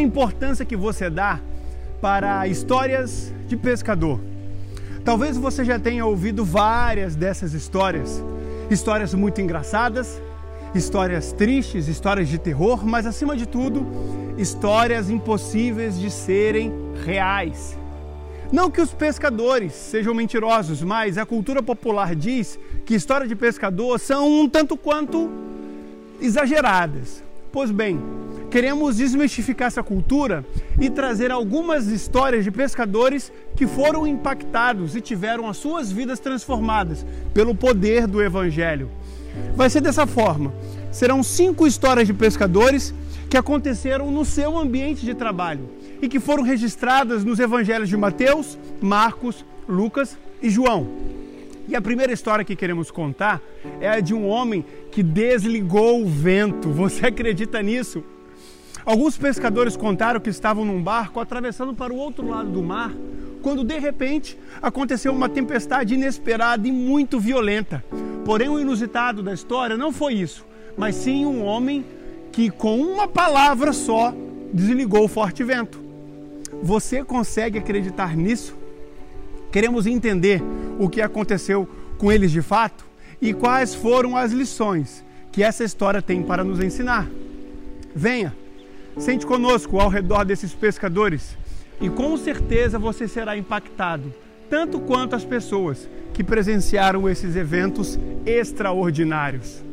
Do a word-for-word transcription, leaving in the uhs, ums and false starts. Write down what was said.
importância que você dá para histórias de pescador? Talvez você já tenha ouvido várias dessas histórias, histórias muito engraçadas, histórias tristes, histórias de terror, mas acima de tudo, histórias impossíveis de serem reais. Não que os pescadores sejam mentirosos, mas a cultura popular diz que histórias de pescador são um tanto quanto exageradas. Pois bem, queremos desmistificar essa cultura e trazer algumas histórias de pescadores que foram impactados e tiveram as suas vidas transformadas pelo poder do Evangelho. Vai ser dessa forma. Serão cinco histórias de pescadores que aconteceram no seu ambiente de trabalho e que foram registradas nos evangelhos de Mateus, Marcos, Lucas e João. E a primeira história que queremos contar é a de um homem que desligou o vento. Você acredita nisso? Alguns pescadores contaram que estavam num barco atravessando para o outro lado do mar, quando de repente aconteceu uma tempestade inesperada e muito violenta. Porém, o inusitado da história não foi isso, mas sim um homem que com uma palavra só desligou o forte vento. Você consegue acreditar nisso? Queremos entender o que aconteceu com eles de fato e quais foram as lições que essa história tem para nos ensinar. Venha, sente conosco ao redor desses pescadores e com certeza você será impactado, tanto quanto as pessoas que presenciaram esses eventos extraordinários.